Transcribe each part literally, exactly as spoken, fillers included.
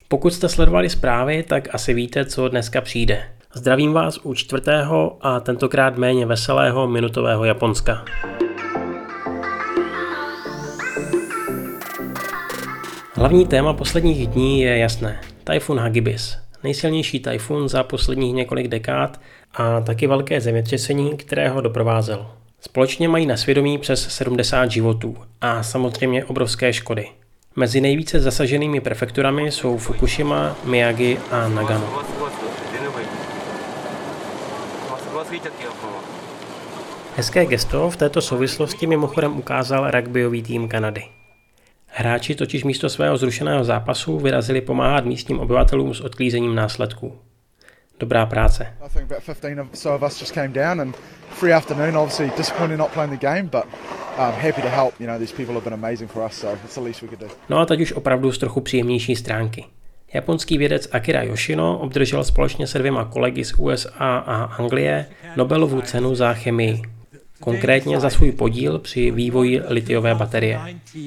Pokud jste sledovali zprávy, tak asi víte, co dneska přijde. Zdravím vás u čtvrtého a tentokrát méně veselého minutového Japonska. Hlavní téma posledních dní je jasné. Tajfun Hagibis. Nejsilnější tajfun za posledních několik dekád a taky velké zemětřesení, které ho doprovázel. Společně mají na svědomí přes sedmdesát životů a samozřejmě obrovské škody. Mezi nejvíce zasaženými prefekturami jsou Fukushima, Miyagi a Nagano. Hezké gesto v této souvislosti mimochodem ukázal rugbyový tým Kanady. Hráči totiž místo svého zrušeného zápasu vyrazili pomáhat místním obyvatelům s odklízením následků. Dobrá práce. No a teď už opravdu z trochu příjemnější stránky. Japonský vědec Akira Yoshino obdržel společně se dvěma kolegy z U S A a Anglie Nobelovu cenu za chemii. Konkrétně za svůj podíl při vývoji lithiové baterie.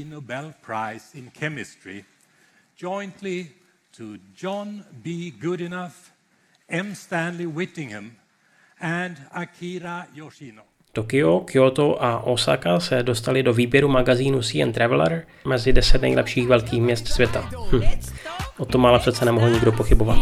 Tokio, Kyoto a Osaka se dostali do výběru magazínu Sea and Traveler mezi deset nejlepších velkých měst světa. Hm. O tom ale přece nemohl nikdo pochybovat.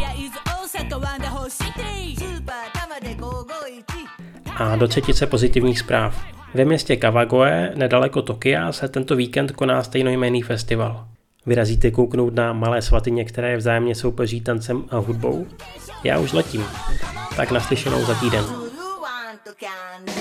A do třetice pozitivních zpráv. Ve městě Kawagoe, nedaleko Tokia, se tento víkend koná stejnojmenný festival. Vyrazíte kouknout na malé svatyně, které vzájemně soupeří tancem a hudbou? Já už letím. Tak naslyšenou za týden.